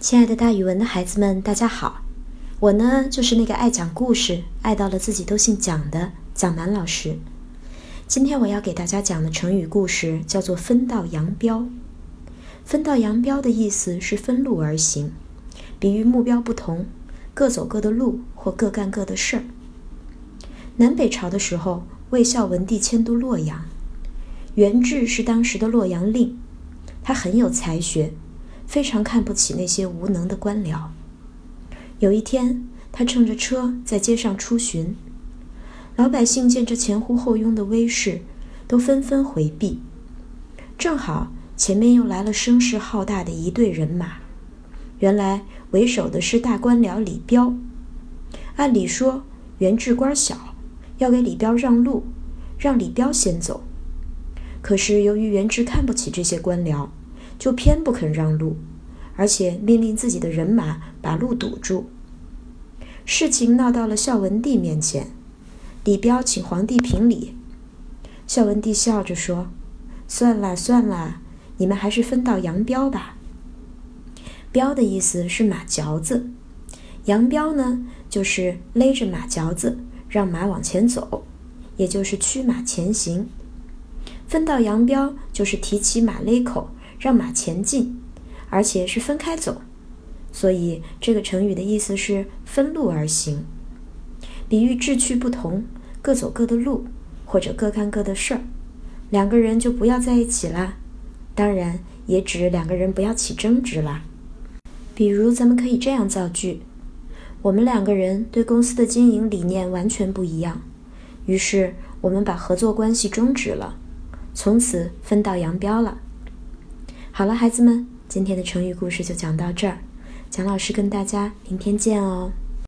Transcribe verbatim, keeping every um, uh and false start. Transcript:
亲爱的大语文的孩子们，大家好！我呢，就是那个爱讲故事、爱到了自己都姓蒋的蒋楠老师。今天我要给大家讲的成语故事叫做分道扬镳。分道扬镳的意思是分路而行，比喻目标不同，各走各的路或各干各的事儿。南北朝的时候，魏孝文帝迁都洛阳，元志是当时的洛阳令，他很有才学，非常看不起那些无能的官僚。有一天，他乘着车在街上出巡，老百姓见这前呼后拥的威势，都纷纷回避。正好前面又来了声势浩大的一队人马，原来为首的是大官僚李彪。按理说，元志官小，要给李彪让路，让李彪先走。可是由于元志看不起这些官僚，就偏不肯让路，而且命令自己的人马把路堵住。事情闹到了孝文帝面前，李彪请皇帝评理。孝文帝笑着说：“算了算了，你们还是分道扬镳吧。”镳的意思是马嚼子，扬镳呢，就是勒着马嚼子，让马往前走，也就是驱马前行。分道扬镳就是提起马勒口，让马前进，而且是分开走，所以这个成语的意思是分路而行，比喻志趣不同，各走各的路，或者各干各的事儿，两个人就不要在一起啦。当然也指两个人不要起争执啦。比如咱们可以这样造句：我们两个人对公司的经营理念完全不一样，于是我们把合作关系终止了，从此分道扬镳了。好了，孩子们，今天的成语故事就讲到这儿，蒋老师跟大家明天见哦。